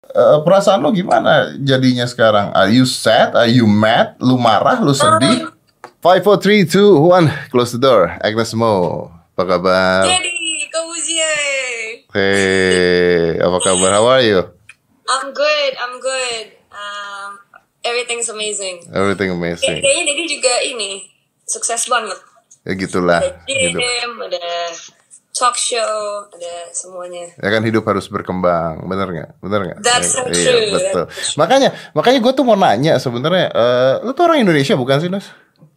Perasaan lu gimana jadinya sekarang? Are you sad? Are you mad? Lu marah? Lu sedih? 5, 4, 3, 2, 1, close the door. Agnes Mo, apa kabar? Jadi, Kobuzie. Hey, apa kabar? How are you? I'm good. Everything's amazing. Everything amazing. Kayaknya Dedi juga ini sukses banget. Ya gitulah. Ada gym, ada talk show, ada semuanya. Ya kan hidup harus berkembang, bener nggak? That's so Iya, true. betul. Makanya gue tuh mau nanya sebenarnya, lu tuh orang Indonesia bukan sih, Nas?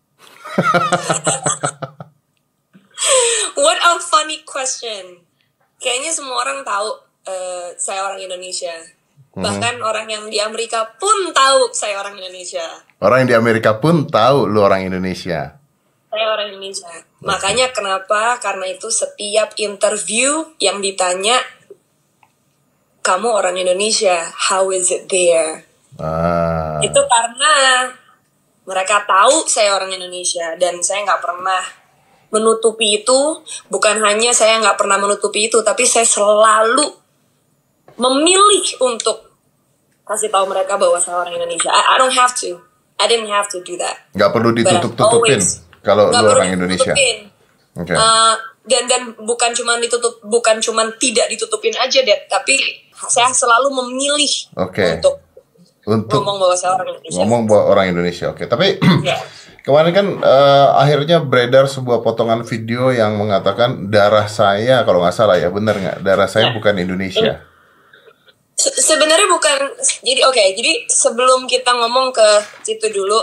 What a funny question. Kayaknya semua orang tahu saya orang Indonesia. Bahkan orang yang di Amerika pun tahu saya orang Indonesia. Orang yang di Amerika pun tahu lu orang Indonesia. Saya orang Indonesia. Makanya kenapa? Karena itu setiap interview yang ditanya, kamu orang Indonesia, how is it there? Itu karena mereka tahu saya orang Indonesia dan saya nggak pernah menutupi itu. Bukan hanya saya nggak pernah menutupi itu, tapi saya selalu memilih untuk kasih tahu mereka bahwa saya orang Indonesia. I don't have to. I didn't have to do that. Nggak perlu ditutup-tutupin kalau lu orang Indonesia. Okay. Dan bukan cuma tidak ditutupin aja, Dad, tapi saya selalu memilih untuk ngomong bahwa saya orang Indonesia. Ngomong bahwa orang Indonesia. Oke. Tapi kemarin kan akhirnya beredar sebuah potongan video yang mengatakan darah saya, kalau nggak salah ya, benar nggak? Darah saya bukan Indonesia. Sebenarnya bukan. Jadi sebelum kita ngomong ke situ dulu,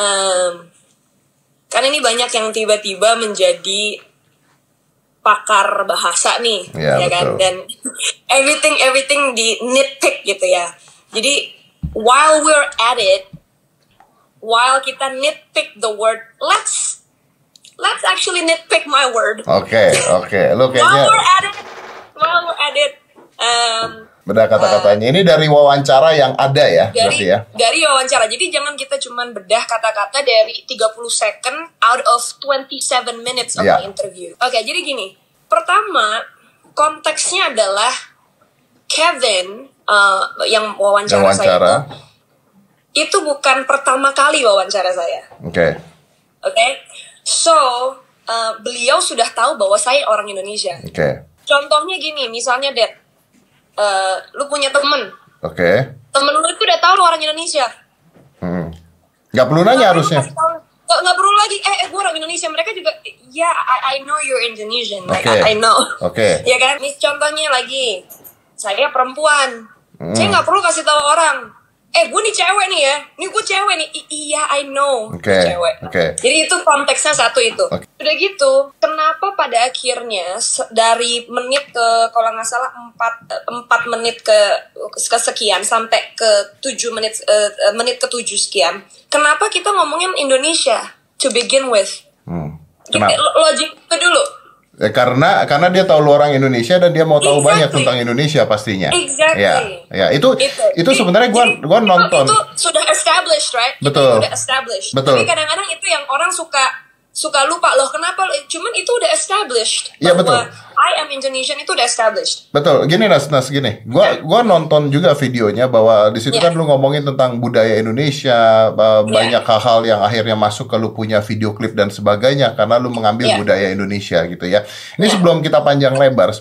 kan ini banyak yang tiba-tiba menjadi pakar bahasa nih, ya kan? Dan everything di nitpick gitu ya. Jadi while we're at it, while kita nitpick the word, let's actually nitpick my word. Oke. Lu kayaknya while we're at it, beda kata-katanya. Ini dari wawancara yang ada ya, berarti ya? Dari wawancara. Jadi jangan kita cuman bedah kata-kata dari 30 second out of 27 minutes of the interview. Oke, jadi gini. Pertama, konteksnya adalah Kevin yang wawancara saya itu bukan pertama kali wawancara saya. Oke. So, beliau sudah tahu bahwa saya orang Indonesia. Contohnya gini, misalnya Dad, lu punya temen. Temen lu itu udah tahu lu orang Indonesia. Gak perlu nanya harusnya. Gak perlu lagi. Gue orang Indonesia. Mereka juga, I know you're Indonesian. Like I know. Ya kan. Nih contohnya lagi, saya perempuan. Saya nggak perlu kasih tahu orang. Gue nih cewek nih ya. Nih gue cewek nih. Iya, I know. Cewek. Jadi itu konteksnya satu itu. Udah gitu, kenapa pada akhirnya dari menit ke, kalau nggak salah 4 menit ke sekian sampai ke 7 menit, menit ke 7 sekian, kenapa kita ngomongin Indonesia to begin with? Logik itu dulu. Karena dia tahu lu orang Indonesia dan dia mau tahu banyak tentang Indonesia pastinya. Ya, itu sebenarnya gua nonton. Itu sudah established, right? Betul. Itu udah established. Tapi kadang-kadang itu yang orang suka lupa loh, kenapa? Cuman itu udah established. Iya, betul. I am Indonesian itu udah established. Betul. Gini Nas gini. Gua nonton juga videonya bahwa di situ kan lu ngomongin tentang budaya Indonesia, banyak hal-hal yang akhirnya masuk ke lu punya video klip dan sebagainya karena lu mengambil budaya Indonesia gitu ya. Ini sebelum kita panjang lebar,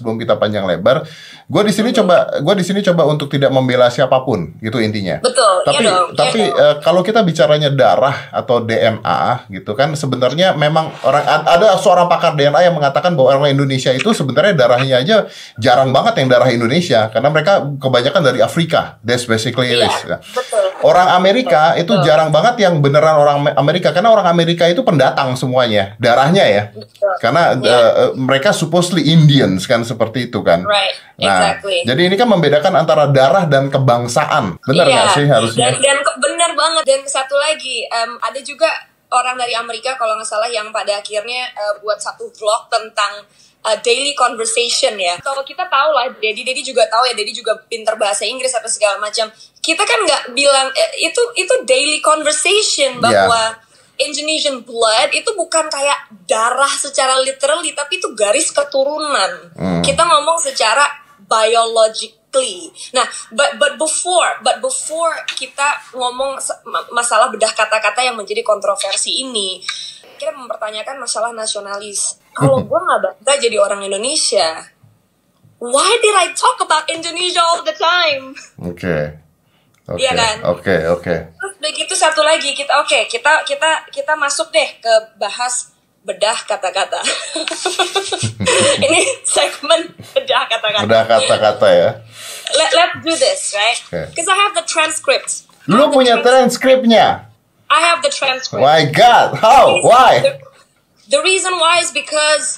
gua di sini coba untuk tidak membela siapapun, gitu intinya. Betul. Tapi kalau kita bicaranya darah atau DNA gitu kan, sebenarnya memang ada seorang pakar DNA yang mengatakan bahwa orang Indonesia itu sebenarnya darahnya aja jarang banget yang darah Indonesia karena mereka kebanyakan dari Afrika. That's basically it is. Orang Amerika itu jarang banget yang beneran orang Amerika karena orang Amerika itu pendatang semuanya darahnya ya. Karena mereka supposedly Indians kan, seperti itu kan. Nah, jadi ini kan membedakan antara darah dan kebangsaan. Benar nggak sih harusnya? Dan benar banget. Dan satu lagi, ada juga orang dari Amerika kalau nggak salah yang pada akhirnya buat satu vlog tentang daily conversation ya. Kalau kita tahu lah, Dedi juga tahu ya, Dedi juga pinter bahasa Inggris apa segala macam. Kita kan nggak bilang itu daily conversation bahwa Indonesian blood itu bukan kayak darah secara literally, tapi itu garis keturunan. Kita ngomong secara quickly. Nah, but before kita ngomong masalah bedah kata-kata yang menjadi kontroversi ini, kita mempertanyakan masalah nasionalis. Kalau gue nggak bangga jadi orang Indonesia, why did I talk about Indonesia all the time? Oke. Iya kan? Oke. Terus begitu satu lagi kita masuk deh ke bahas bedah kata-kata. Ini segmen bedah kata-kata. Bedah kata-kata ya. Let's do this, right? Because I have the transcripts. Lu punya transkripnya? I have the transcript. My God, how? Why? The reason why is because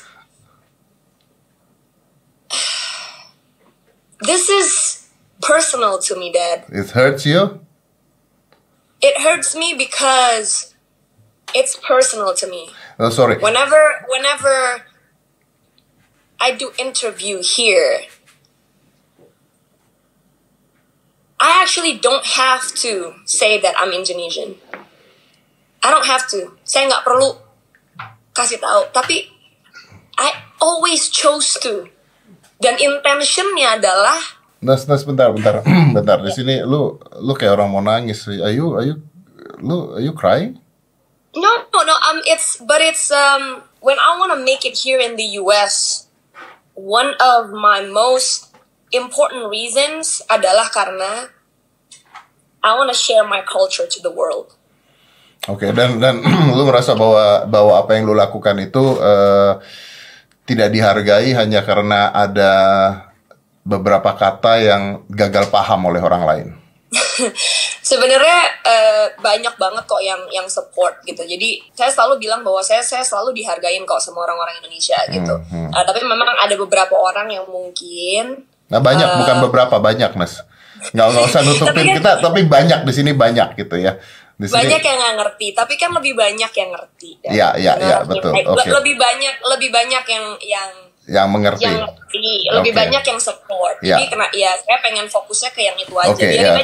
this is personal to me, Dad. It hurts you? It hurts me because it's personal to me. Oh, sorry. Whenever I do interview here, I actually don't have to say that I'm Indonesian. I don't have to. Saya nggak perlu kasih tahu. Tapi I always chose to. Dan intentionnya adalah. Nas, bentar. Bentar. Di sini lu kayak orang mau nangis. Are you crying? No. It's when I want to make it here in the US, one of my most important reasons adalah karena I want to share my culture to the world. Oke, dan lu merasa bahwa apa yang lu lakukan itu tidak dihargai hanya karena ada beberapa kata yang gagal paham oleh orang lain. Sebenarnya banyak banget kok yang support gitu. Jadi saya selalu bilang bahwa saya selalu dihargain kok sama orang-orang Indonesia gitu. Tapi memang ada beberapa orang yang mungkin bukan beberapa, banyak, Mas. Nggak usah nutupin kita, tapi banyak di sini, banyak gitu ya. Di sini, banyak yang nggak ngerti, tapi kan lebih banyak yang ngerti. Iya, betul. Okay. Lebih banyak yang mengerti. Lebih banyak yang support. Jadi saya pengen fokusnya ke yang itu aja.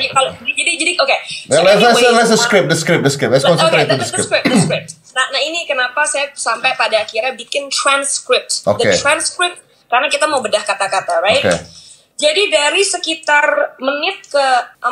Jadi oke. Let's the script. Let's concentrate on the script. Nah, ini kenapa saya sampai pada akhirnya bikin transcript. Okay. The transcript karena kita mau bedah kata-kata, right? Okay. Jadi dari sekitar menit ke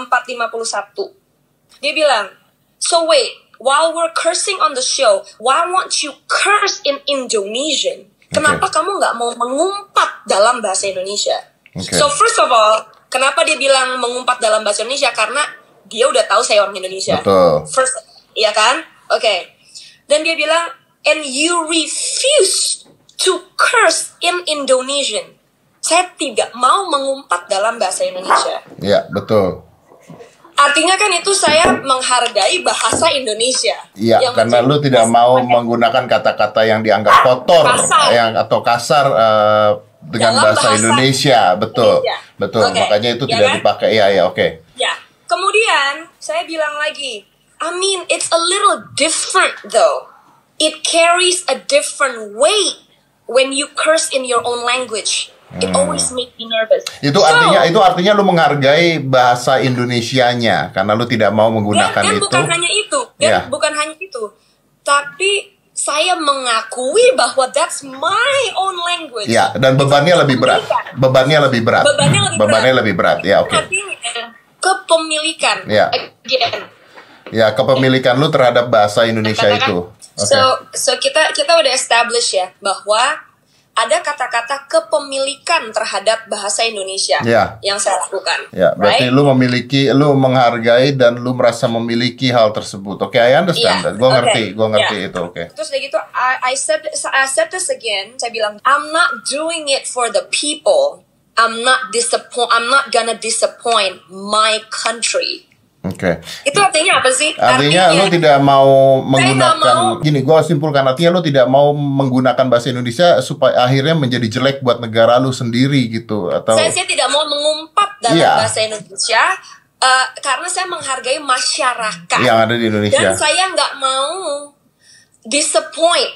4:51, dia bilang, "So wait, while we're cursing on the show, why won't you curse in Indonesian? Kenapa kamu nggak mau mengumpat dalam bahasa Indonesia?" Okay. So first of all, kenapa dia bilang mengumpat dalam bahasa Indonesia? Karena dia udah tahu saya orang Indonesia. Betul. First, iya kan? Oke. Dan dia bilang, "And you refuse to curse in Indonesian." Saya tidak mau mengumpat dalam bahasa Indonesia. Iya, betul. Artinya kan itu saya menghargai bahasa Indonesia. Iya, karena lu tidak mau menggunakan kata-kata yang dianggap kotor, atau kasar dengan bahasa Indonesia. Betul. Okay. Makanya itu tidak dipakai. Iya, oke. Ya. Kemudian saya bilang lagi, I mean, it's a little different though. It carries a different weight when you curse in your own language. It always makes me nervous. Itu artinya lu menghargai bahasa Indonesianya karena lu tidak mau menggunakan itu. Bukan hanya itu. Tapi saya mengakui bahwa that's my own language. Ya, dan bebannya lebih berat. Bebannya lebih berat. Ya, oke. Kepemilikan. Ya. Again. Ya, kepemilikan lu terhadap bahasa Indonesia itu. Okay. So kita udah establish ya bahwa ada kata-kata kepemilikan terhadap bahasa Indonesia yang saya lakukan. Ya, berarti lu menghargai dan lu merasa memiliki hal tersebut. Oke, I understand that. Gue ngerti itu. Oke. Terus udah gitu, I said this again. Saya bilang, I'm not doing it for the people. I'm not gonna disappoint my country. Oke. Itu artinya apa sih? Artinya lu tidak mau menggunakan. Gini, gue simpulkan artinya lu tidak mau menggunakan bahasa Indonesia supaya akhirnya menjadi jelek buat negara lu sendiri gitu, atau? Saya tidak mau mengumpat dalam bahasa Indonesia karena saya menghargai masyarakat yang ada di Indonesia. Dan saya nggak mau disappoint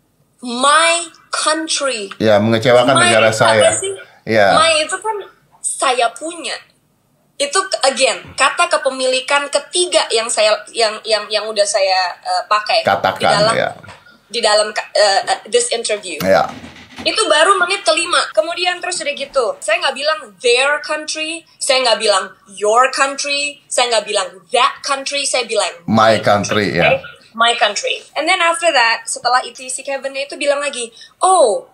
my country. Ya, mengecewakan negara saya. Ya. My itu kan saya punya. Itu again kata kepemilikan ketiga yang udah saya pakai katakan di dalam this interview. Itu baru menit kelima. Kemudian terus udah gitu, saya nggak bilang their country, saya nggak bilang your country, saya nggak bilang that country, saya bilang my country, ya. Okay? My country. And then after that, setelah itu si Kevin itu bilang lagi, oh,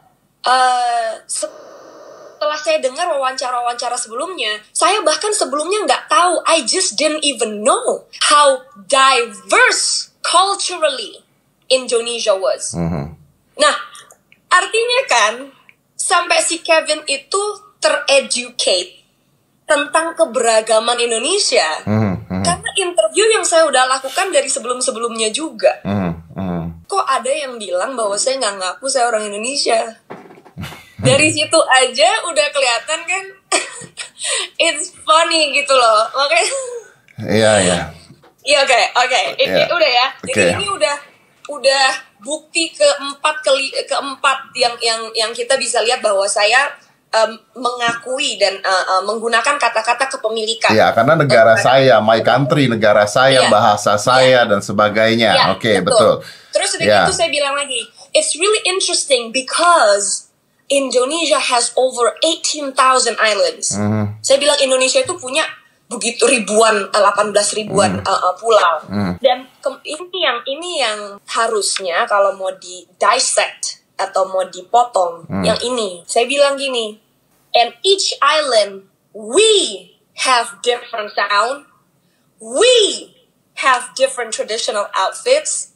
setelah saya dengar wawancara-wawancara sebelumnya, saya bahkan sebelumnya nggak tahu, I just didn't even know how diverse culturally Indonesia was. Nah, artinya kan, sampai si Kevin itu tereducate tentang keberagaman Indonesia. Karena interview yang saya udah lakukan dari sebelum-sebelumnya juga. Kok ada yang bilang bahwa saya nggak ngaku saya orang Indonesia? Dari situ aja udah kelihatan kan, it's funny gitu loh. Makanya. Iya. Iya, oke. Ini udah ya. Jadi ini udah bukti keempat yang kita bisa lihat bahwa saya mengakui dan menggunakan kata-kata kepemilikan. Iya, karena negara saya, my country, negara saya, bahasa saya dan sebagainya. Oke, betul. Terus udah gitu saya bilang lagi, it's really interesting because Indonesia has over 18,000 islands. Saya bilang Indonesia itu punya begitu ribuan, 18 ribuan pulau. Dan ini yang harusnya kalau mau di dissect atau mau dipotong, yang ini saya bilang gini, and each island we have different sound, we have different traditional outfits,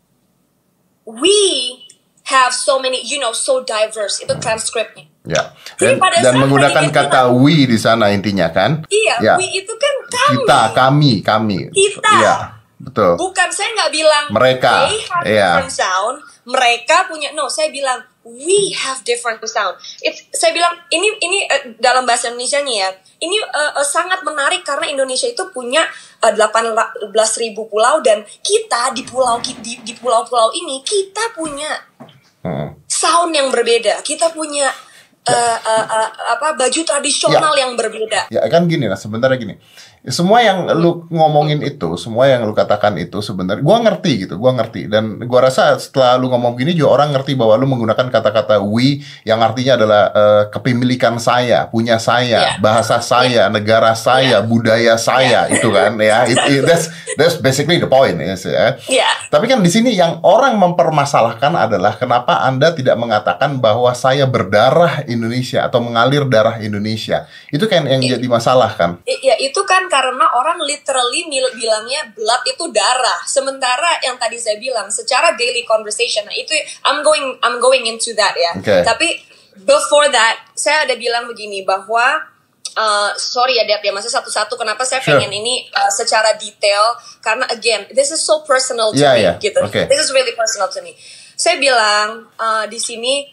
we have so many, so diverse. Itu transkripnya. Ya. Dan menggunakan kata we di sana intinya kan? Iya, ya. We itu kan kami. Kami. Kita. Iya, betul. Bukan, saya nggak bilang mereka. They have different sound. Mereka punya, saya bilang we have different sound. Saya bilang ini dalam bahasa Indonesianya ya. Ini sangat menarik karena Indonesia itu punya 18.000 pulau dan kita di pulau-pulau ini kita punya sound yang berbeda. Kita punya baju tradisional yang berbeda. Ya kan gini lah, sebenarnya gini. Semua yang lu ngomongin itu, semua yang lu katakan itu sebenarnya gua ngerti gitu, dan gua rasa setelah lu ngomong gini juga orang ngerti bahwa lu menggunakan kata-kata we yang artinya adalah kepemilikan saya, punya saya, bahasa saya, negara saya, budaya saya, itu kan ya. That's basically the point ya. Tapi kan di sini yang orang mempermasalahkan adalah kenapa Anda tidak mengatakan bahwa saya berdarah Indonesia atau mengalir darah Indonesia. Itu kan yang jadi masalah kan? Iya, itu kan karena orang literally bilangnya blood itu darah. Sementara yang tadi saya bilang secara daily conversation, nah itu I'm going into that ya. Tapi before that saya ada bilang begini bahwa sorry ya Dad ya, maksudnya satu-satu kenapa saya pengen ini secara detail karena again this is so personal to me gitu. This is really personal to me. Saya bilang di sini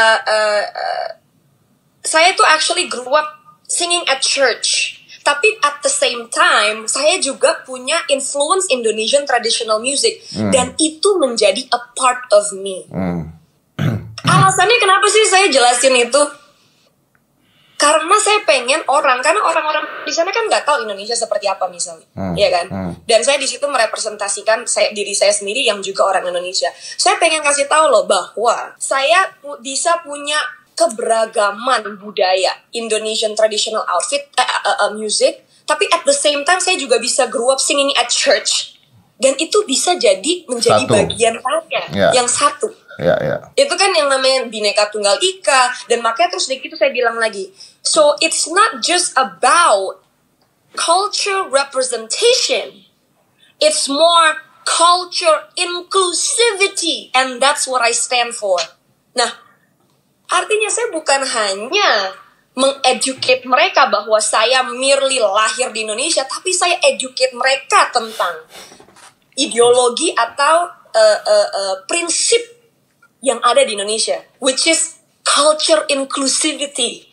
saya tuh actually grew up singing at church. Tapi at the same time, saya juga punya influence Indonesian traditional music. Dan itu menjadi a part of me. Alasannya kenapa sih saya jelasin itu? Karena saya pengen karena orang-orang di sana kan nggak tahu Indonesia seperti apa misalnya. Iya kan? Dan saya di situ merepresentasikan diri saya sendiri yang juga orang Indonesia. Saya pengen kasih tahu loh bahwa saya bisa punya keberagaman budaya Indonesian traditional outfit music, tapi at the same time saya juga bisa grow up singing at church dan itu bisa menjadi bagian saya yang satu. Itu kan yang namanya Bhinneka Tunggal Ika, dan makanya terus dari itu saya bilang lagi, so it's not just about culture representation, it's more culture inclusivity, and that's what I stand for. Nah, artinya saya bukan hanya mengeducate mereka bahwa saya merely lahir di Indonesia, tapi saya educate mereka tentang ideologi atau prinsip yang ada di Indonesia, which is culture inclusivity.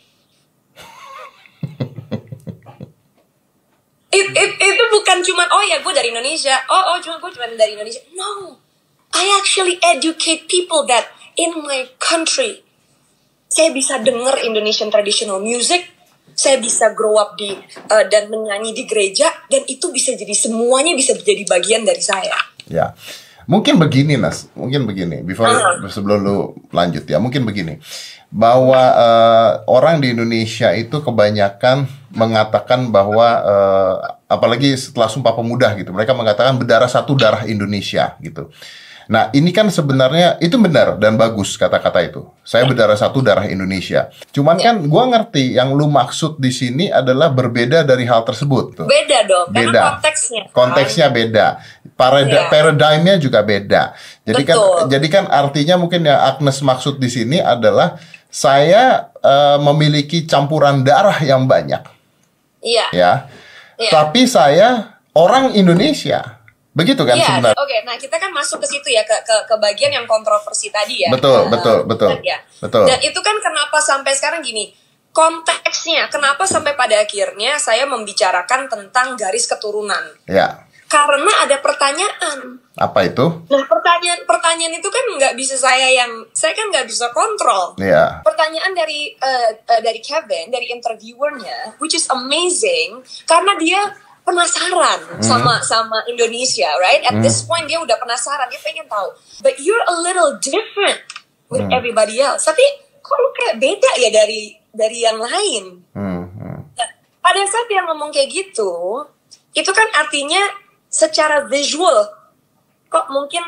Itu bukan cuman gue dari Indonesia, gue cuma dari Indonesia. No, I actually educate people that in my country saya bisa dengar Indonesian traditional music, saya bisa grow up dan menyanyi di gereja, dan itu bisa jadi semuanya bisa jadi bagian dari saya. Ya, Mungkin begini, Nas. Mungkin begini. Sebelum lu lanjut ya, mungkin begini. Bahwa orang di Indonesia itu kebanyakan mengatakan bahwa apalagi setelah Sumpah Pemuda gitu, mereka mengatakan berdarah satu darah Indonesia gitu. Nah, ini kan sebenarnya itu benar dan bagus kata-kata itu. Saya berdarah satu darah Indonesia. Cuman kan gua ngerti yang lu maksud di sini adalah berbeda dari hal tersebut. Tuh. Beda dong, beda. Karena konteksnya beda. Paradigmnya juga beda. Jadi kan artinya mungkin yang Agnes maksud di sini adalah saya memiliki campuran darah yang banyak. Iya. Ya. Tapi saya orang Indonesia. Begitu kan sebenarnya. Oke, nah kita kan masuk ke situ ya, ke bagian yang kontroversi tadi ya. Betul. Betul. Dan itu kan kenapa sampai sekarang gini, konteksnya, kenapa sampai pada akhirnya saya membicarakan tentang garis keturunan. Ya. Karena ada pertanyaan. Apa itu? Nah, pertanyaan itu kan nggak bisa saya kan nggak bisa kontrol. Iya. Pertanyaan dari Kevin, dari interviewernya, which is amazing, karena dia penasaran sama Indonesia, right? At this point dia udah penasaran, dia pengen tahu. But you're a little different with everybody else. Tapi kok lu kayak beda ya dari yang lain? Nah, pada saat dia ngomong kayak gitu, itu kan artinya secara visual kok mungkin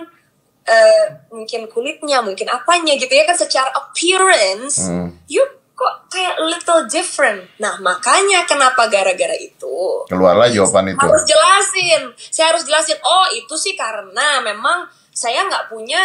kulitnya, mungkin apanya gitu ya kan, secara appearance you kok kayak little different. Nah, makanya kenapa gara-gara itu keluarlah jawaban itu. Saya harus jelasin. Oh, itu sih karena memang saya nggak punya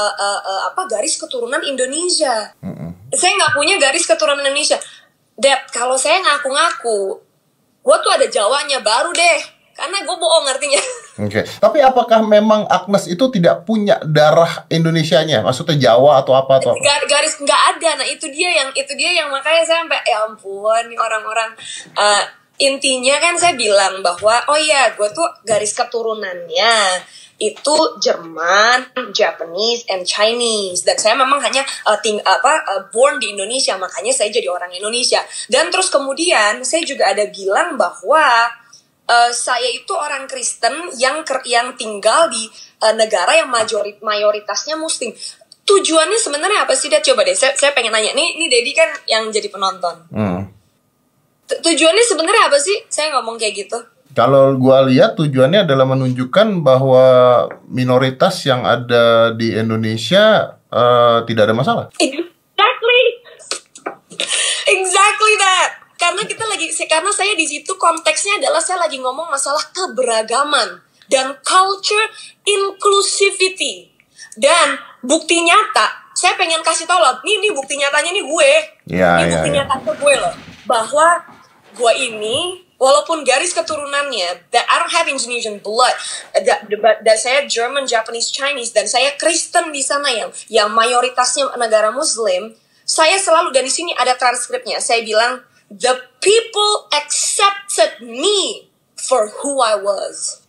garis keturunan Indonesia. Saya nggak punya garis keturunan Indonesia. Dad, kalau saya ngaku-ngaku, gue tuh ada Jawanya baru deh. Karena gue bohong artinya. Oke. Tapi apakah memang Agnes itu tidak punya darah Indonesianya? Maksudnya Jawa atau apa? Garis nggak ada. Nah itu dia yang makanya saya sampai ya ampun nih orang-orang. Intinya kan saya bilang bahwa oh iya gue tuh garis keturunannya itu Jerman, Japanese, and Chinese. Dan saya memang hanya born di Indonesia, makanya saya jadi orang Indonesia. Dan terus kemudian saya juga ada bilang bahwa saya itu orang Kristen yang tinggal di negara yang mayoritasnya Muslim. Tujuannya sebenarnya apa sih, Dad? Coba deh, saya pengen nanya. Ini Dedi kan yang jadi penonton. Tujuannya sebenarnya apa sih? Saya ngomong kayak gitu. Kalau gua lihat tujuannya adalah menunjukkan bahwa minoritas yang ada di Indonesia tidak ada masalah. Exactly that. Karena saya di situ konteksnya adalah saya lagi ngomong masalah keberagaman dan culture inclusivity. Dan bukti nyata, saya pengen kasih tau loh, nih bukti nyatanya nih gue. Ini bukti nyata gue loh, bahwa gue ini walaupun garis keturunannya that I don't have Indonesian blood, dan saya German, Japanese, Chinese, dan saya Kristen di sana yang mayoritasnya negara Muslim. Saya selalu, dan di sini ada transkripnya, saya bilang the people accepted me for who I was.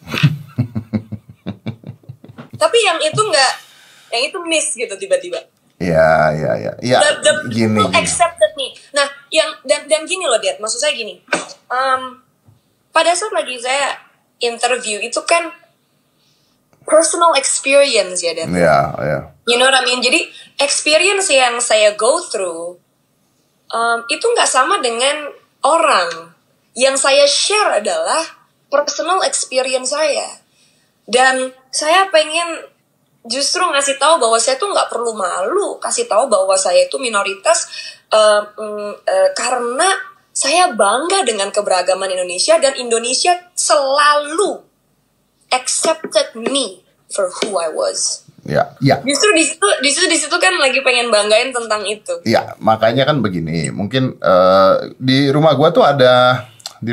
Tapi yang itu enggak, yang itu miss gitu tiba-tiba. Ya. The people accepted me. Nah, dan gini loh, Dad, maksud saya gini. Pada saat lagi saya interview itu kan personal experience ya, Dad. Ya. You know what I mean? Jadi experience yang saya go through itu nggak sama dengan orang. Yang saya share adalah personal experience saya. Dan saya pengen justru ngasih tahu bahwa saya tuh nggak perlu malu kasih tahu bahwa saya itu minoritas karena saya bangga dengan keberagaman Indonesia, dan Indonesia selalu accepted me for who I was. Ya. Justru di situ kan lagi pengen banggain tentang itu. Ya, makanya kan begini. Mungkin di rumah gua tuh ada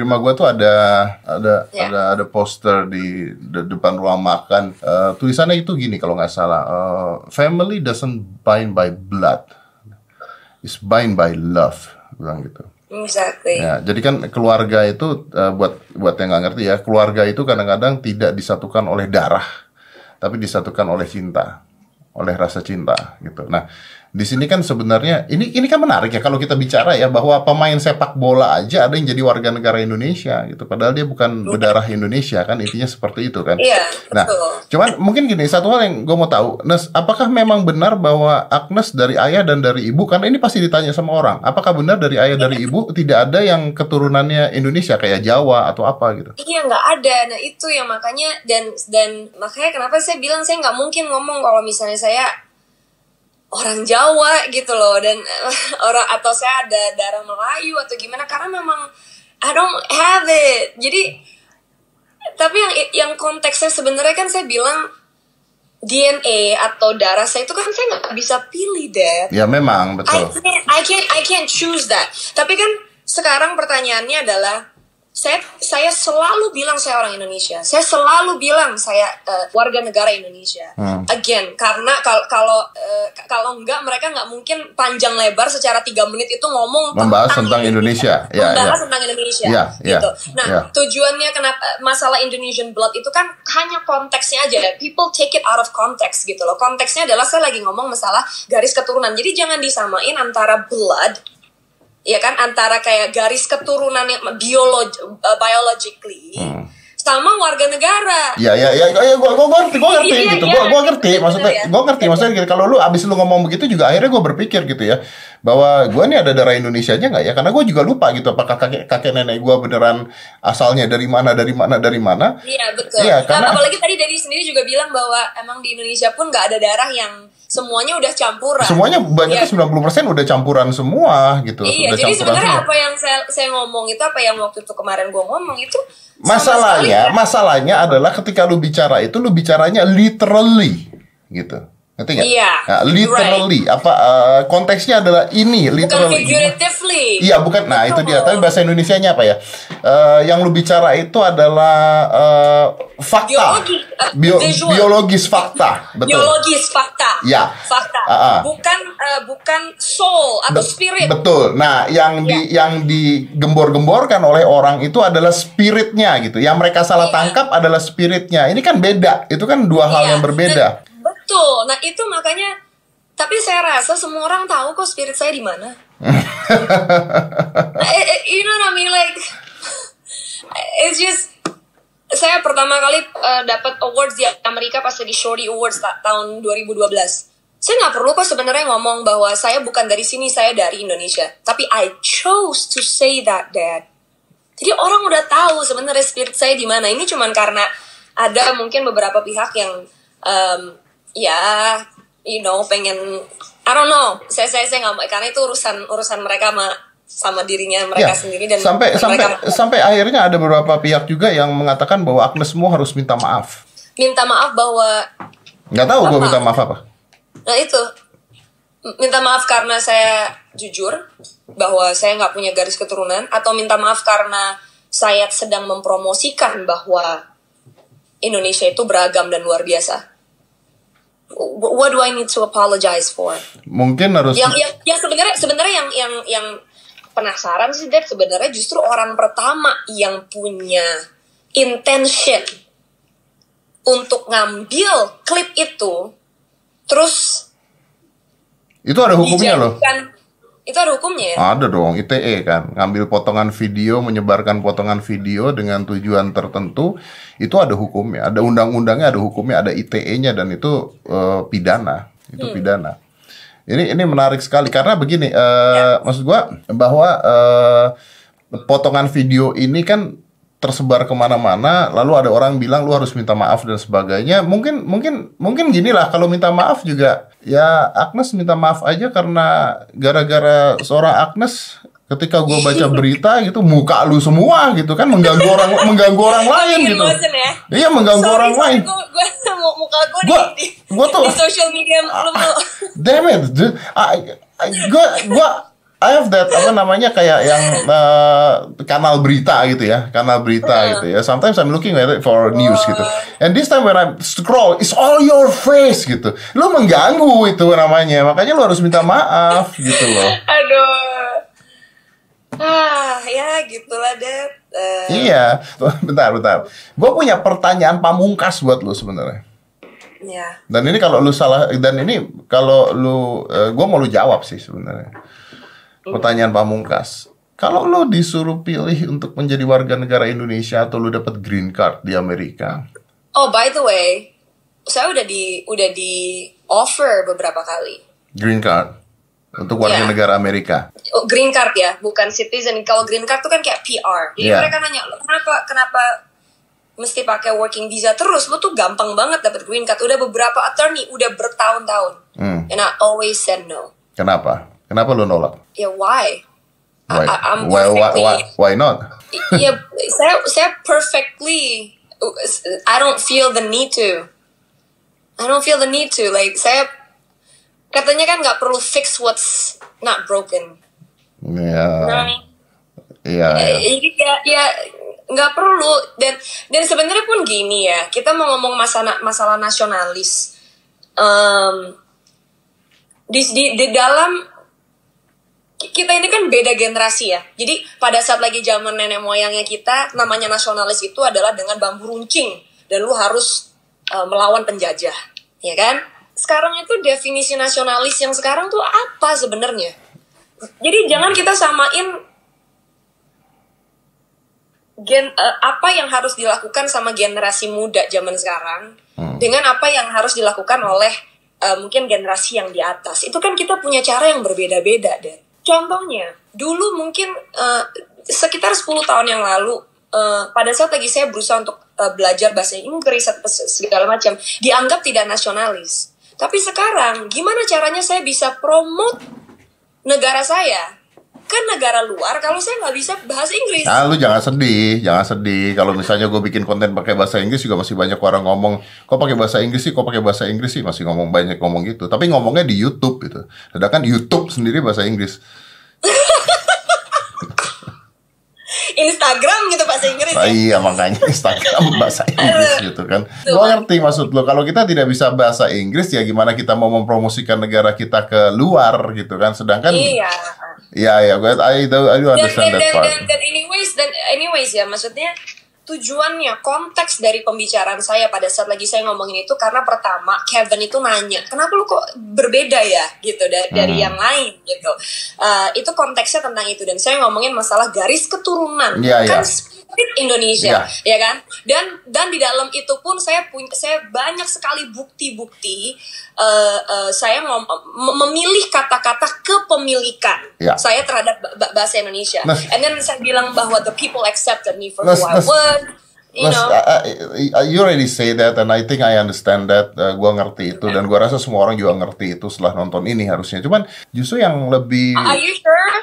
poster di depan ruang makan. Tulisannya itu gini kalau nggak salah. Family doesn't bind by blood, it's bind by love. Bilang gitu. Exactly. Ya, jadi kan keluarga itu buat yang nggak ngerti ya, keluarga itu kadang-kadang tidak disatukan oleh darah, tapi disatukan oleh cinta, oleh rasa cinta gitu. Nah, Di sini kan sebenarnya ini kan menarik ya kalau kita bicara ya bahwa pemain sepak bola aja ada yang jadi warga negara Indonesia gitu. Padahal dia bukan berdarah Indonesia kan, intinya seperti itu kan. Iya, Nah, betul. cuman mungkin gini, satu hal yang gue mau tahu, Nes, apakah memang benar bahwa Agnes dari ayah dan dari ibu, karena ini pasti ditanya sama orang, apakah benar dari ayah dari ibu tidak ada yang keturunannya Indonesia kayak Jawa atau apa gitu? Iya, nggak ada. Nah itu yang makanya dan makanya kenapa saya bilang saya nggak mungkin ngomong kalau misalnya saya orang Jawa gitu loh, dan orang atau saya ada darah Melayu atau gimana, karena memang I don't have it. Jadi tapi yang konteksnya sebenarnya kan saya bilang DNA atau darah saya itu kan saya nggak bisa pilih, Dad. Ya memang betul. I can't choose that. Tapi kan sekarang pertanyaannya adalah saya selalu bilang saya orang Indonesia. Saya selalu bilang saya warga negara Indonesia. Again, karena kalau enggak mereka nggak mungkin panjang lebar secara 3 menit itu ngomong membahas tentang Indonesia. Membahas tentang Indonesia. Gitu. Nah, tujuannya kenapa masalah Indonesian blood itu kan hanya konteksnya aja. People take it out of context gitu loh. Konteksnya adalah saya lagi ngomong masalah garis keturunan. Jadi jangan disamain antara blood, ya kan, antara kayak garis keturunan yang biologically sama warga negara. Ya, gue ngerti gitu. Gue ngerti maksudnya gitu. Kalau lu abis lu ngomong begitu juga akhirnya gue berpikir gitu ya, bahwa gue nih ada darah Indonesia aja nggak ya? Karena gue juga lupa gitu apakah kakek nenek gue beneran asalnya dari mana. Iya betul. Iya, karena apalagi tadi Dedi sendiri juga bilang bahwa emang di Indonesia pun nggak ada darah yang semuanya udah campuran. Semuanya banyaknya 90% udah campuran semua gitu. Iya, jadi sebenarnya apa yang saya ngomong itu, apa yang waktu itu kemarin gue ngomong itu, masalahnya adalah ketika lu bicara itu, lu bicaranya literally gitu. Ngerti nggak? Iya. Nah, literally konteksnya adalah ini literally. Bukan figuratively. Iya, bukan. Nah, itu dia. Tapi bahasa Indonesianya apa ya? Yang lu bicara itu adalah fakta. Biologis fakta. Betul. Biologis fakta. Ya. Fakta. Bukan soul atau spirit. Betul. Nah, yang digembor-gemborkan oleh orang itu adalah spiritnya gitu. Yang mereka salah tangkap adalah spiritnya. Ini kan beda. Itu kan dua hal yang berbeda. Betul. Nah itu makanya, tapi saya rasa semua orang tahu kok spirit saya di mana. You know what I mean, like it's just, saya pertama kali dapat awards di Amerika pas di Shorty Awards tahun 2012. Saya nggak perlu kok sebenarnya ngomong bahwa saya bukan dari sini, saya dari Indonesia. Tapi I chose to say that, Dad. Jadi orang udah tahu sebenarnya spirit saya di mana. Ini cuman karena ada mungkin beberapa pihak yang pengen, I don't know, saya nggak, karena itu urusan mereka sama dirinya mereka sendiri, dan sampai akhirnya ada beberapa pihak juga yang mengatakan bahwa Agnes Mo harus minta maaf bahwa nggak tahu gue minta maaf apa. Nah itu minta maaf karena saya jujur bahwa saya nggak punya garis keturunan, atau minta maaf karena saya sedang mempromosikan bahwa Indonesia itu beragam dan luar biasa. What do I need to apologize for? Mungkin harus yang sebenarnya yang penasaran sih, Dad, sebenarnya justru orang pertama yang punya intention untuk ngambil klip itu terus itu ada hukumnya loh. Itu ada hukumnya ya? Ada dong, ITE kan. Ngambil potongan video, menyebarkan potongan video dengan tujuan tertentu, itu ada hukumnya. Ada undang-undangnya, ada hukumnya, ada ITE-nya, dan itu pidana. Itu pidana. Ini menarik sekali karena begini, maksud gua bahwa potongan video ini kan tersebar kemana-mana, lalu ada orang bilang lu harus minta maaf dan sebagainya. Mungkin gini lah, kalau minta maaf juga ya Agnes minta maaf aja, karena gara-gara seorang Agnes ketika gue baca berita gitu, muka lu semua gitu kan, mengganggu orang lain gitu. Iya, mengganggu orang lain. Muka gue tuh di social media damn it, dude. I have that kayak yang kanal berita gitu ya, gitu ya. Sometimes I'm looking at it for news gitu. And this time when I scroll, it's all your face gitu. Lu mengganggu itu namanya. Makanya lu harus minta maaf gitu loh. Aduh. Ya gitulah, Dad. Iya, bentar. Gue punya pertanyaan pamungkas buat lu sebenarnya. Ya. Dan ini kalau lu salah, dan ini kalau lu, gue mau lu jawab sih sebenarnya. Pertanyaan pamungkas. Kalau lu disuruh pilih untuk menjadi warga negara Indonesia atau lu dapat green card di Amerika? Oh, by the way, saya udah di offer beberapa kali. Green card untuk warga negara Amerika. Oh, green card ya, bukan citizen. Kalau green card tuh kan kayak PR. Jadi mereka nanya, kenapa mesti pakai working visa terus? Lu tuh gampang banget dapat green card. Udah beberapa attorney udah bertahun-tahun. And I always said no. Kenapa? Kenapa lu nolak? Ya why? Why not? Ya, saya perfectly. I don't feel the need to. Like saya katanya kan nggak perlu fix what's not broken. Iya. Ya nggak perlu, dan sebenarnya pun gini ya, kita mau ngomong masalah nasionalis, di dalam kita ini kan beda generasi ya. Jadi pada saat lagi zaman nenek moyangnya kita, namanya nasionalis itu adalah dengan bambu runcing dan lu harus melawan penjajah, ya kan? Sekarang itu definisi nasionalis yang sekarang tuh apa sebenarnya? Jadi jangan kita samain apa yang harus dilakukan sama generasi muda zaman sekarang dengan apa yang harus dilakukan oleh mungkin generasi yang di atas. Itu kan kita punya cara yang berbeda-beda deh. Contohnya, dulu mungkin sekitar 10 tahun yang lalu, pada saat lagi saya berusaha untuk belajar bahasa Inggris segala macam, dianggap tidak nasionalis. Tapi sekarang, gimana caranya saya bisa promote negara saya ke negara luar kalau saya nggak bisa bahasa Inggris? Nah, lu jangan sedih. Kalau misalnya gue bikin konten pakai bahasa Inggris juga masih banyak orang ngomong, kok pakai bahasa Inggris sih, masih banyak ngomong gitu. Tapi ngomongnya di YouTube gitu. Sedangkan YouTube sendiri bahasa Inggris. Instagram gitu bahasa Inggris ya? Iya, makanya Instagram bahasa Inggris gitu kan. Gue ngerti maksud lo. Kalau kita tidak bisa bahasa Inggris, ya gimana kita mau mempromosikan negara kita ke luar gitu kan. Sedangkan Iya, I do understand that part. Dan anyways ya, maksudnya tujuannya, konteks dari pembicaraan saya pada saat lagi saya ngomongin itu karena pertama Kevin itu nanya, kenapa lu kok berbeda ya gitu dari yang lain gitu. Itu konteksnya tentang itu, dan saya ngomongin masalah garis keturunan kan Indonesia, ya kan? Dan di dalam itu pun saya banyak sekali bukti-bukti saya memilih kata-kata kepemilikan saya terhadap bahasa Indonesia. And then saya bilang bahwa the people accepted me for who I was. You already say that, and I think I understand that. Gua ngerti itu, dan gua rasa semua orang juga ngerti itu setelah nonton ini harusnya. Cuman justru yang lebih. Are you sure?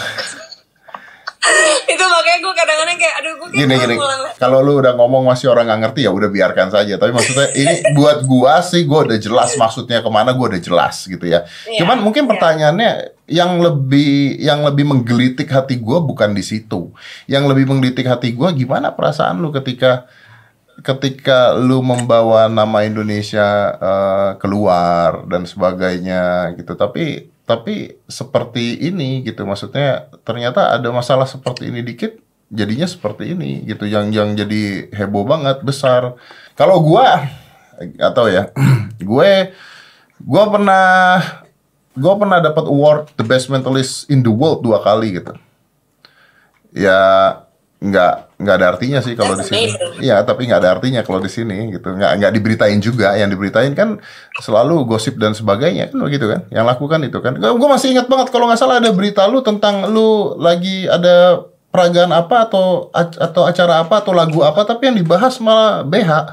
Itu makanya gue kadang-kadang kayak aduh gue kayak gini. Kalau lu udah ngomong masih orang nggak ngerti, ya udah biarkan saja. Tapi maksudnya ini buat gua sih, gue udah jelas maksudnya kemana, gue udah jelas gitu ya. Cuman mungkin pertanyaannya yang lebih menggelitik hati gue bukan di situ. Yang lebih menggelitik hati gue, gimana perasaan lu ketika lu membawa nama Indonesia keluar dan sebagainya gitu. Tapi seperti ini gitu, maksudnya ternyata ada masalah seperti ini dikit, jadinya seperti ini gitu, yang jadi heboh banget, besar. Kalau gua atau ya, gue pernah dapat award the best mentalist in the world 2 kali gitu. Ya nggak ada artinya sih kalau di sini. Iya, tapi nggak ada artinya kalau di sini gitu. Nggak diberitain juga. Yang diberitain kan selalu gosip dan sebagainya kan begitu kan. Yang lakukan itu kan. Gue masih ingat banget kalau nggak salah ada berita lu tentang lu lagi ada peragaan apa atau acara apa atau lagu apa, tapi yang dibahas malah BH.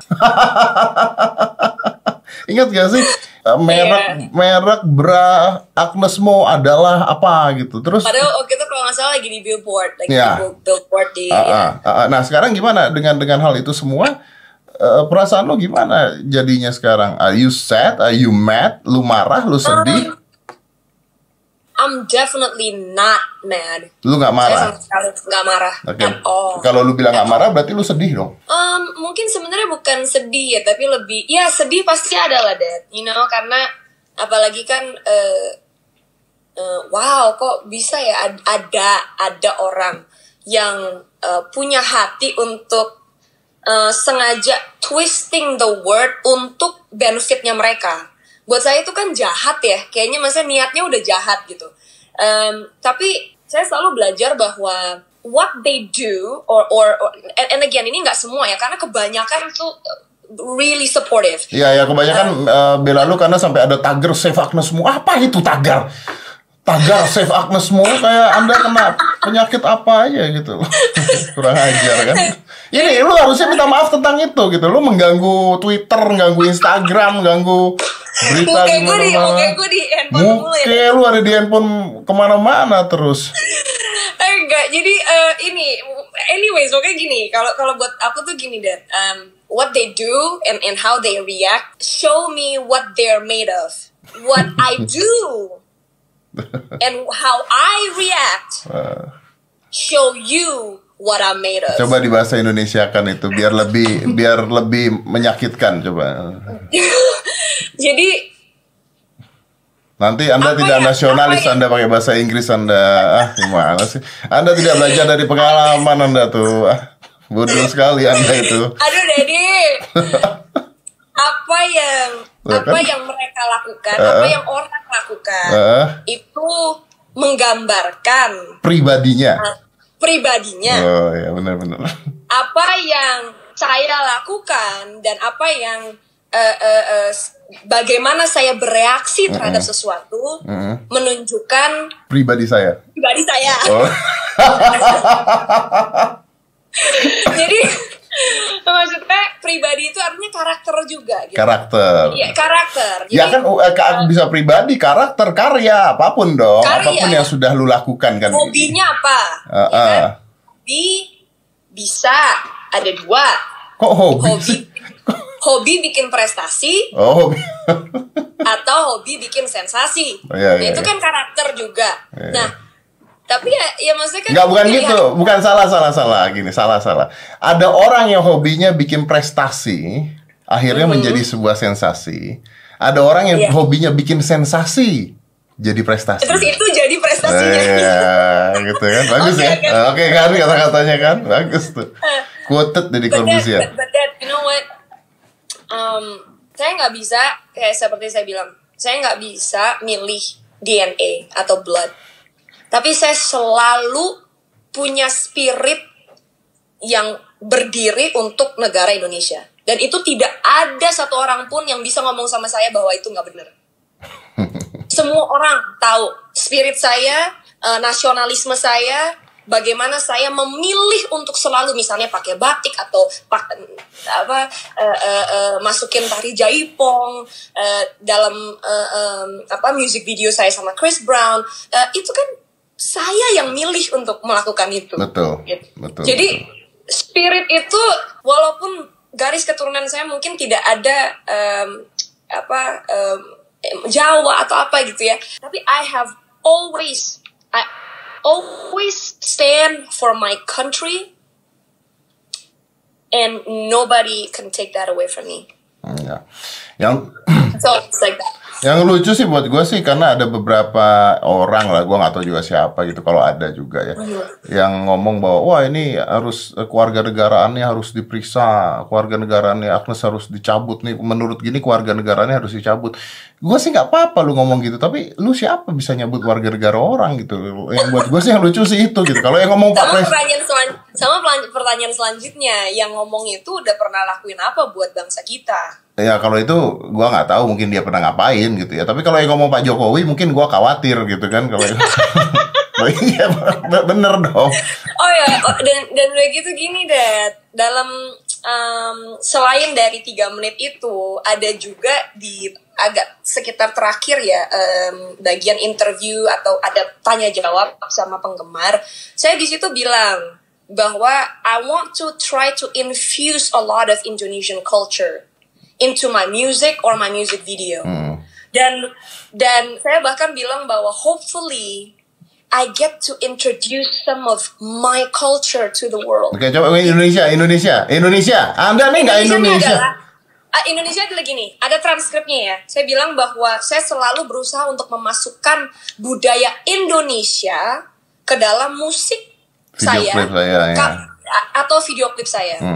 Ingat gak sih? Merek bra Agnes Mo adalah apa gitu. Terus padahal waktu itu kalau nggak salah lagi di Billboard, Billboard di. Nah sekarang gimana dengan hal itu semua? Perasaan lo gimana jadinya sekarang? Are you sad? Are you mad? Lu marah? Lu sedih? I'm definitely not mad. Lu nggak marah? Saya sama sekali nggak marah. Okay. Kalau lu bilang nggak marah, berarti lu sedih dong? Mungkin sebenarnya bukan sedih ya, tapi lebih ya sedih pasti ada lah, Dad. Karena apalagi kan wow, kok bisa ya ada orang yang punya hati untuk sengaja twisting the word untuk benefitnya mereka. Buat saya itu kan jahat ya, kayaknya maksudnya niatnya udah jahat gitu. Tapi saya selalu belajar bahwa what they do and again ini nggak semua ya, karena kebanyakan tuh really supportive. Iya ya, kebanyakan bela lu karena sampai ada tagar Save Agnes Mo. Apa itu tagar? Tagar Save Agnes Mo, kayak Anda kena penyakit apa aja gitu. Kurang ajar kan. Ini lu harusnya minta maaf tentang itu gitu. Lu mengganggu Twitter, mengganggu Instagram, mengganggu berita di mana-mana. Gue di handphone mulu ya. Lu ada di handphone kemana-mana terus. Enggak, jadi ini anyways, oke gini. Kalau buat aku tuh gini deh. What they do and how they react show me what they're made of. What I do and how I react show you what I'm made of. Coba di bahasa Indonesia kan itu biar lebih menyakitkan, coba. Jadi nanti Anda tidak nasionalis, Anda pakai bahasa Inggris, Anda gimana sih? Anda tidak belajar dari pengalaman Anda tuh. Bodoh sekali Anda itu. Aduh Daddy. Apa yang mereka lakukan, apa yang orang lakukan itu menggambarkan pribadinya. Oh ya, benar-benar. Apa yang saya lakukan dan apa yang bagaimana saya bereaksi terhadap sesuatu menunjukkan pribadi saya. Oh. Jadi maksudnya pribadi itu artinya karakter juga gitu. Karakter. Iya, karakter. Jadi, ya kan bisa pribadi, karakter, karya, apapun dong. Apapun yang sudah lu lakukan kan. Hobinya apa? Ya kan? Hobi bisa ada dua. Kok hobi? Hobi bikin prestasi. Oh, hobi. Atau hobi bikin sensasi. Iya, itu kan karakter juga. Iya. Nah, tapi ya maksudnya kan nggak, bukan gitu, bukan salah gini, salah. Ada orang yang hobinya bikin prestasi, akhirnya menjadi sebuah sensasi. Ada orang yang hobinya bikin sensasi, jadi prestasi. Terus itu jadi prestasinya. Gitu kan, bagus ya. Oke kan kata-katanya kan, bagus tuh. Quoted dari Corbusier. But that, you know what? Saya nggak bisa, kayak seperti saya bilang, saya nggak bisa milih DNA atau blood. Tapi saya selalu punya spirit yang berdiri untuk negara Indonesia. Dan itu tidak ada satu orang pun yang bisa ngomong sama saya bahwa itu nggak benar. Semua orang tahu spirit saya, nasionalisme saya, bagaimana saya memilih untuk selalu misalnya pakai batik atau masukin tari jaipong dalam music video saya sama Chris Brown. Itu kan saya yang milih untuk melakukan itu. Betul. Gitu. Betul. Jadi spirit itu walaupun garis keturunan saya mungkin tidak ada Jawa atau apa gitu ya, tapi I always stand for my country and nobody can take that away from me. Ya. Yang so it's like that. Yang lucu sih buat gue sih karena ada beberapa orang lah, gue nggak tahu juga siapa gitu, kalau ada juga ya, yang ngomong bahwa wah ini harus keluarga negaraannya harus diperiksa, keluarga negaraannya Agnes harus dicabut nih, menurut gini keluarga negaraannya harus dicabut. Gue sih nggak apa-apa lu ngomong gitu, tapi lu siapa bisa nyabut warga negara orang gitu? Yang buat gue sih yang lucu sih itu gitu. Kalau yang ngomong Pak pertanyaan selanjutnya, yang ngomong itu udah pernah lakuin apa buat bangsa kita? Ya kalau itu gue nggak tahu, mungkin dia pernah ngapain gitu ya. Tapi kalau yang ngomong Pak Jokowi mungkin gue khawatir gitu kan kalau. Iya bener dong. Oh ya, dan begitu gini deh. Dalam selain dari 3 menit itu ada juga di agak sekitar terakhir ya, bagian interview atau ada tanya jawab sama penggemar. Saya di situ bilang bahwa I want to try to infuse a lot of Indonesian culture into my music or my music video. Dan saya bahkan bilang bahwa hopefully I get to introduce some of my culture to the world. Oke, coba Indonesia. Anda nih nggak Indonesia. Indonesia adalah gini, ada transkripnya ya. Saya bilang bahwa saya selalu berusaha untuk memasukkan budaya Indonesia ke dalam musik video saya, klip saya ya. Atau video klip saya.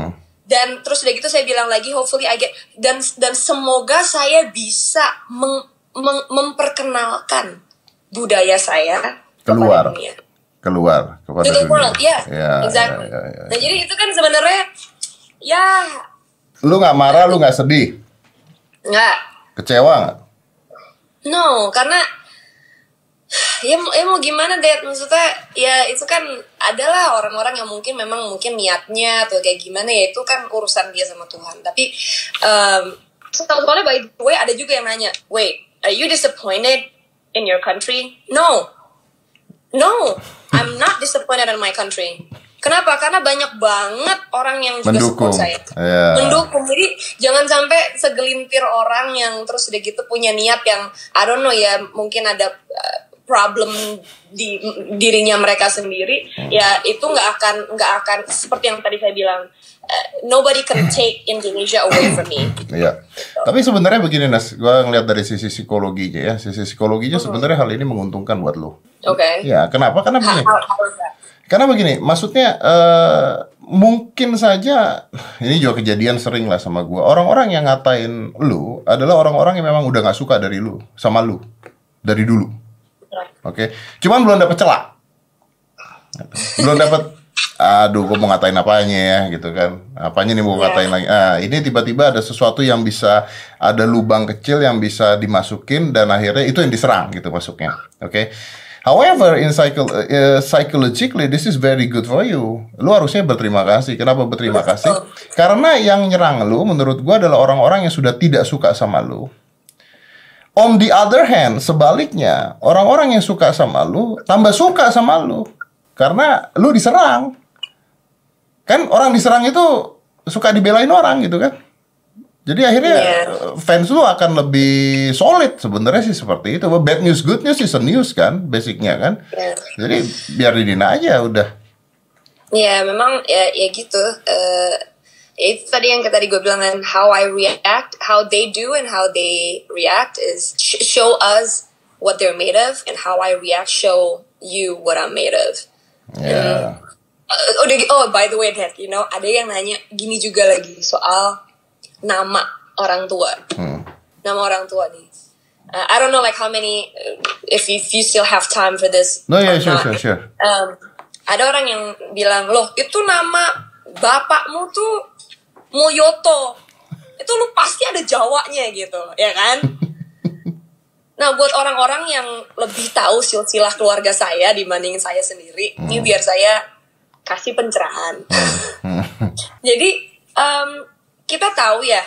Dan terus udah gitu saya bilang lagi, hopefully I get, dan semoga saya bisa memperkenalkan budaya saya keluar dunia. Keluar kepada to the dunia. world, exactly. Nah jadi itu kan sebenarnya ya. Lu nggak marah, lu nggak sedih? Nggak. Kecewa nggak? No, karena ya mau gimana deh, maksudnya ya itu kan adalah orang-orang yang mungkin niatnya atau kayak gimana, ya itu kan urusan dia sama Tuhan. Tapi soalnya by the way ada juga yang nanya, wait, are you disappointed in your country? No, I'm not disappointed in my country. Kenapa? Karena banyak banget orang yang juga support saya, mendukung. Jadi jangan sampai segelintir orang yang terus udah gitu punya niat yang I don't know ya, mungkin ada problem di dirinya mereka sendiri. Ya itu nggak akan seperti yang tadi saya bilang. Nobody can take Indonesia away from me. Iya. Tapi sebenarnya begini Nas, gue ngeliat dari sisi psikologinya ya, sebenarnya hal ini menguntungkan buat lo. Oke. Ya, kenapa? Karena begini. Karena begini, maksudnya mungkin saja ini juga kejadian sering lah sama gue. Orang-orang yang ngatain lu adalah orang-orang yang memang udah nggak suka dari lu, sama lu dari dulu. Oke. Cuman belum dapet celak, belum dapet. Aduh, gue mau ngatain apanya ya, gitu kan? Apanya nih mau ngatain lagi? Ini tiba-tiba ada sesuatu yang bisa, ada lubang kecil yang bisa dimasukin dan akhirnya itu yang diserang gitu masuknya. Oke. However, in psychologically, this is very good for you. Lu harusnya berterima kasih. Kenapa berterima kasih? Karena yang nyerang lu, menurut gua adalah orang-orang yang sudah tidak suka sama lu. On the other hand, sebaliknya, orang-orang yang suka sama lu, tambah suka sama lu. Karena lu diserang. Kan orang diserang itu suka dibelain orang gitu kan. Jadi akhirnya fans lu akan lebih solid, sebenarnya sih seperti itu. Bad news, good news is a news kan, basicnya kan. Jadi biar didina aja udah. Ya memang ya gitu. Itu tadi yang tadi gue bilang, kan, how I react, how they do and how they react is show us what they're made of, and how I react show you what I'm made of. By the way, Dad, ada yang nanya gini juga lagi soal nama orang tua. Nama orang tua nih. I don't know like how many, if you still have time for this. No, yeah, sure. Ada orang yang bilang, loh itu nama bapakmu tuh Mulyoto. Itu lu pasti ada Jawanya gitu, ya kan? Nah, buat orang-orang yang lebih tahu silsilah keluarga saya dibanding saya sendiri, ini biar saya kasih pencerahan. Jadi, kita tahu ya,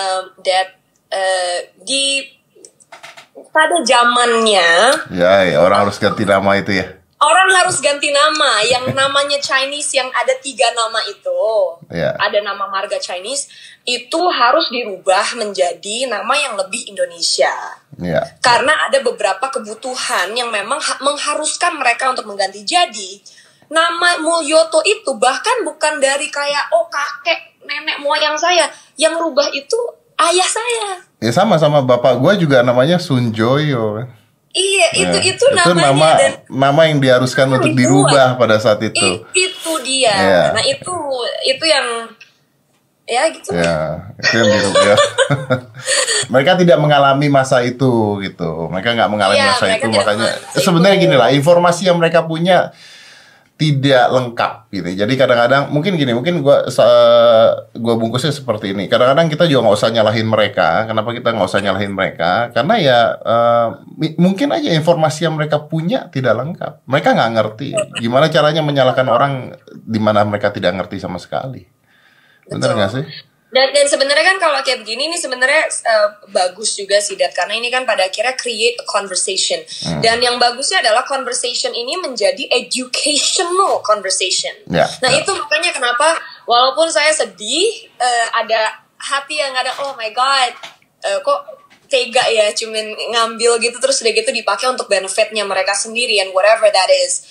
pada zamannya ya orang harus ganti nama itu ya. Orang harus ganti nama. Yang namanya Chinese yang ada 3 nama itu, ada nama marga Chinese, itu harus dirubah menjadi nama yang lebih Indonesia. Karena ada beberapa kebutuhan yang memang mengharuskan mereka untuk mengganti. Jadi nama Mulyoto itu bahkan bukan dari kayak kakek nenek moyang saya, yang rubah itu ayah saya. Ya sama bapak gue juga namanya Sunjoyo. Iya, itu namanya, nama yang diharuskan untuk dirubah pada saat itu. Itu dia. Nah, itu yang gitu. Itu yang dirubah. Mereka tidak mengalami masa itu gitu. Mereka nggak mengalami masa itu, makanya sebenarnya gini lah, informasi yang mereka punya tidak lengkap gitu. Jadi kadang-kadang mungkin gue bungkusnya seperti ini. Kadang-kadang kita juga nggak usah nyalahin mereka. Kenapa kita nggak usah nyalahin mereka? Karena ya mungkin aja informasi yang mereka punya tidak lengkap. Mereka nggak ngerti gimana caranya menyalahkan orang di mana mereka tidak ngerti sama sekali. Bener nggak sih? Dan sebenarnya kan kalau kayak begini ini sebenarnya bagus juga sih, Dad, karena ini kan pada akhirnya create a conversation. Dan yang bagusnya adalah conversation ini menjadi educational conversation. Nah itu makanya kenapa walaupun saya sedih, ada hati yang ada, oh my god, kok tega ya cuman ngambil gitu terus udah gitu dipakai untuk benefitnya mereka sendiri and whatever that is.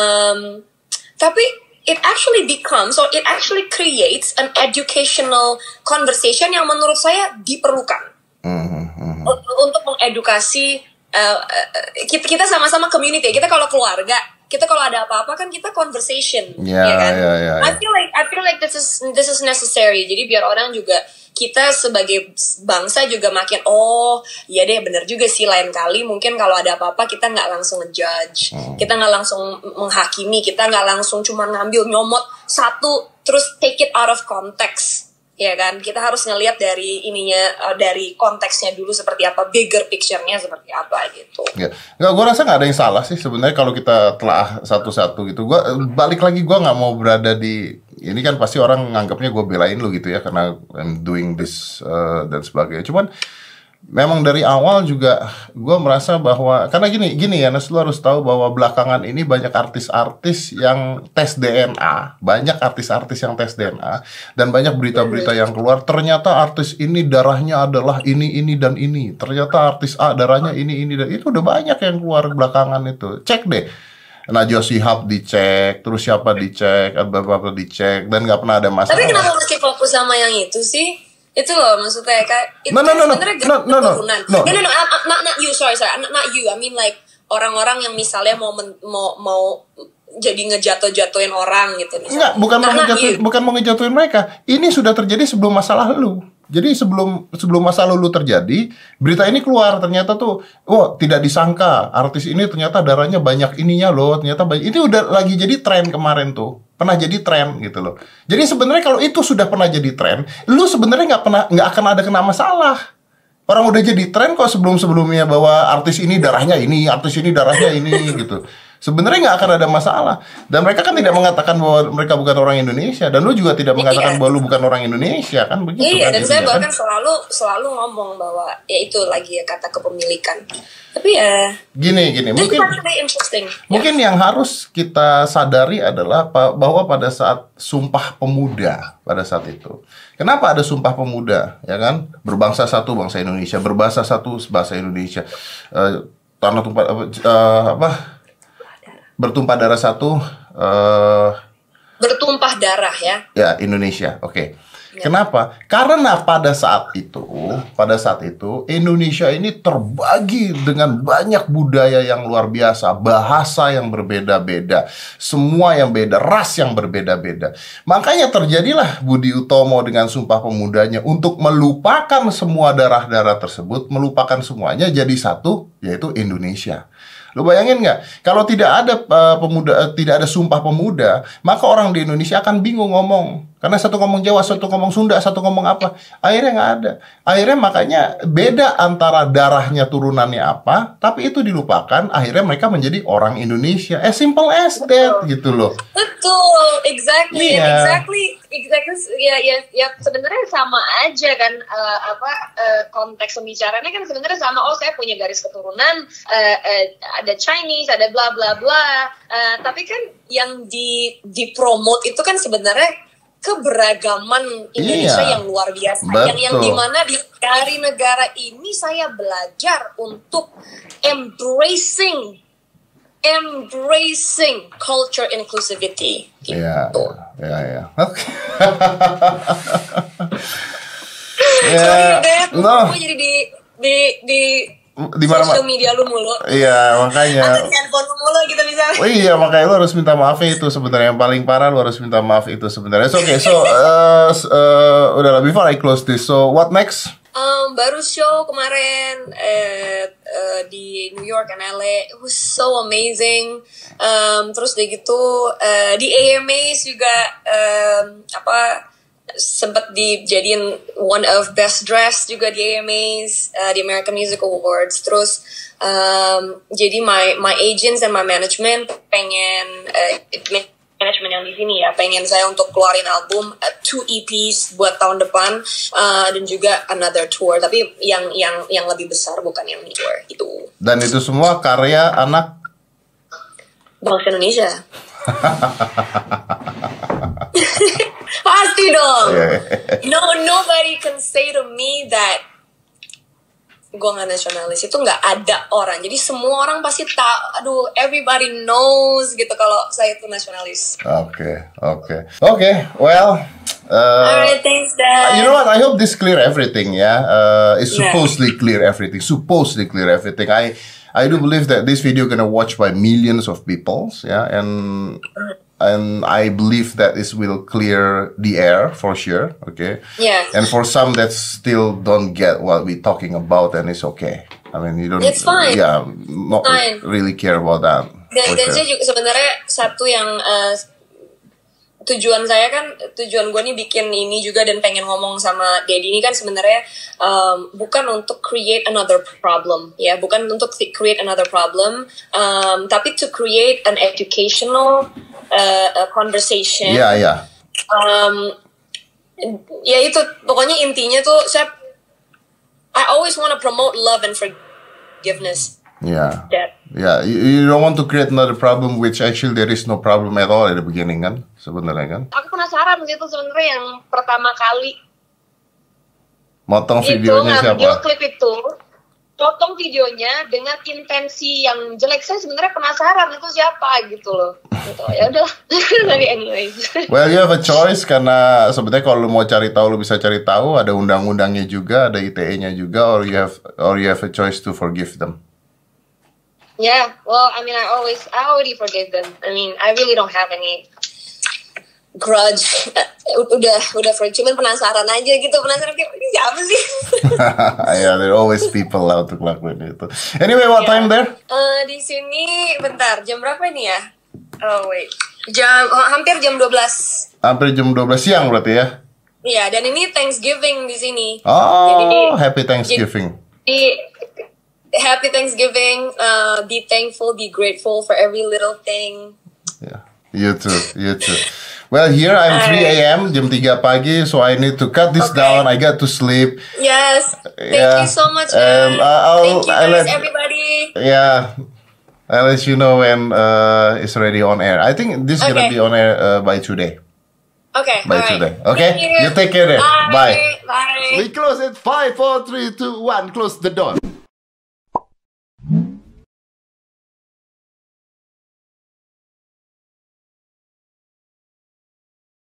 Tapi it actually creates an educational conversation yang menurut saya diperlukan untuk mengedukasi kita sama-sama community. Kita kalau keluarga kita kalau ada apa-apa kan kita conversation, ya kan? I feel like this is necessary. Jadi biar orang juga, kita sebagai bangsa juga makin, oh iya deh bener juga sih, lain kali mungkin kalau ada apa-apa kita nggak langsung ngejudge, kita nggak langsung menghakimi, kita nggak langsung cuma ngambil nyomot satu terus take it out of context. Ya kan, kita harus ngelihat dari ininya, dari konteksnya dulu seperti apa, bigger picture-nya seperti apa gitu. Ya, nggak, gue rasa nggak ada yang salah sih sebenarnya kalau kita telah satu-satu gitu. Gue balik lagi, gue nggak mau berada di ini kan pasti orang nganggapnya gue belain lu gitu ya karena I'm doing this dan sebagainya. Cuman memang dari awal juga gue merasa bahwa karena gini ya, Nas, lu harus tahu bahwa belakangan ini banyak artis-artis yang tes DNA, banyak artis-artis yang tes DNA, dan banyak berita-berita yang keluar ternyata artis ini darahnya adalah ini dan ini, ternyata artis A darahnya ini dan itu udah banyak yang keluar belakangan itu. Cek deh, Najwa Shihab dicek, terus siapa dicek, beberapa dicek, dan nggak pernah ada masalah. Tapi kenapa mesti fokus sama yang itu sih? Itu loh maksudnya kayak itu sebenarnya keturunan. No, not you, sorry, not you. I mean like orang-orang yang misalnya mau jadi ngejatuhin orang gitu. Enggak, bukan mau ngejatuhin mereka. Ini sudah terjadi sebelum masa lalu. Jadi sebelum masa lalu terjadi, berita ini keluar ternyata tuh, tidak disangka artis ini ternyata darahnya banyak ininya loh, ternyata banyak. Ini udah lagi jadi tren kemarin tuh. Pernah jadi tren gitu loh. Jadi sebenarnya kalau itu sudah pernah jadi tren, lu sebenarnya nggak akan ada kena masalah. Orang udah jadi tren kok sebelumnya bahwa artis ini darahnya ini, artis ini darahnya ini gitu. Sebenarnya nggak akan ada masalah. Dan mereka kan tidak mengatakan bahwa mereka bukan orang Indonesia, dan lu juga tidak mengatakan bahwa lu bukan orang Indonesia, kan begitu? Iya, kan, dan saya bahkan selalu ngomong bahwa ya itu lagi ya kata kepemilikan. Tapi ya gini mungkin yang harus kita sadari adalah bahwa pada saat Sumpah Pemuda pada saat itu, kenapa ada Sumpah Pemuda, ya kan? Berbangsa satu bangsa Indonesia, berbahasa satu bahasa Indonesia, tanah tumpah bertumpah darah satu, bertumpah darah ya Indonesia. Oke. Kenapa? Karena pada saat itu Indonesia ini terbagi dengan banyak budaya yang luar biasa, bahasa yang berbeda-beda, semua yang beda, ras yang berbeda-beda. Makanya terjadilah Budi Utomo dengan Sumpah Pemudanya untuk melupakan semua darah-darah tersebut, melupakan semuanya jadi satu, yaitu Indonesia. Lu bayangin nggak? Kalau tidak ada tidak ada Sumpah Pemuda, maka orang di Indonesia akan bingung ngomong. Karena satu ngomong Jawa, satu ngomong Sunda, satu ngomong apa. Akhirnya nggak ada. Akhirnya makanya beda antara darahnya turunannya apa, tapi itu dilupakan. Akhirnya mereka menjadi orang Indonesia. As simple as that gitu loh. Betul, exactly. Ya sebenarnya sama aja kan, konteks pembicaraannya kan sebenarnya sama. Oh, saya punya garis keturunan, ada Chinese, ada bla bla bla. Tapi kan yang dipromote itu kan sebenarnya keberagaman Indonesia yang luar biasa. Yang dimana dari negara ini saya belajar untuk embracing culture inclusivity. Gitu. Ya. Oke. Gue jadi di social media lu mulu. Iya, makanya. Atau di handphone lu mulu gitu misalnya. Oh iya, makanya lu harus minta maaf itu sebenarnya. Yang paling parah lu harus minta maaf itu sebenarnya. Okay, so udahlah, before I close this. So what next? Baru show kemarin di New York and LA. It was so amazing. Terus udah gitu di AMAs juga sempat dijadiin one of best dressed juga di AMAs, di American Music Awards. Terus jadi my agents and my management pengen management yang di sini ya pengen saya untuk keluarin album 2 EPs buat tahun depan, dan juga another tour, tapi yang lebih besar, bukan yang tour itu. Dan itu semua karya anak bangsa Indonesia. Pasti dong. Nobody can say to me that gue gak nasionalis. Itu gak ada orang. Jadi semua orang pasti tahu. Aduh, everybody knows gitu kalau saya itu nasionalis. Oke. Well, Alright, thanks, Dad. You know what? I hope this clear everything. Yeah, it's supposedly clear everything. Supposedly clear everything. I do believe that this video gonna watch by millions of people. Yeah, and I believe that this will clear the air for sure. Okay. Yeah. And for some that still don't get what we're talking about, and it's okay. I mean, you don't. It's fine. Yeah, not really care about that. Dan saya juga sebenarnya satu yang tujuan gue nih bikin ini juga dan pengen ngomong sama Daddy ini kan sebenarnya bukan untuk create another problem ya, bukan untuk create another problem, tapi to create an educational conversation. Ya itu pokoknya intinya tuh I always want to promote love and forgiveness. Yeah. You don't want to create another problem, which actually there is no problem at all at the beginning kan, sebenarnya kan. Aku penasaran sih itu sebenarnya yang pertama kali motong videonya siapa? Video klip itu, potong videonya dengan intensi yang jelek. Saya sebenarnya penasaran itu siapa gitu loh. Gitu. Ya udah, anyway. Well, you have a choice karena sebenarnya kalau lu mau cari tahu lu bisa cari tahu, ada undang-undangnya juga, ada ITE-nya juga, or you have a choice to forgive them. Yeah, well, I mean, I already forgave them. I mean, I really don't have any grudge. Udah forgive. Cuman penasaran aja gitu, kayak ini siapa sih? Yeah, there are always people out to ngelakuin itu. Anyway, what time there? Di sini, bentar, jam berapa ini ya? Oh wait, hampir jam 12. Hampir jam 12 siang berarti ya? Iya, dan ini Thanksgiving di sini. Oh, jadi, happy Thanksgiving. Happy Thanksgiving. Be thankful, be grateful for every little thing. Yeah, you too. Well, here I'm 3 a.m. jam 3 pagi, so I need to cut this down. I got to sleep. Yes. Thank you so much. Thank you guys, everybody. Yeah. I'll let you know when it's already on air. I think this is gonna be on air by today. Okay. By today. Okay. You take care then. Bye. Bye. We close it. 5, 4, 3, 2, 1. Close the door.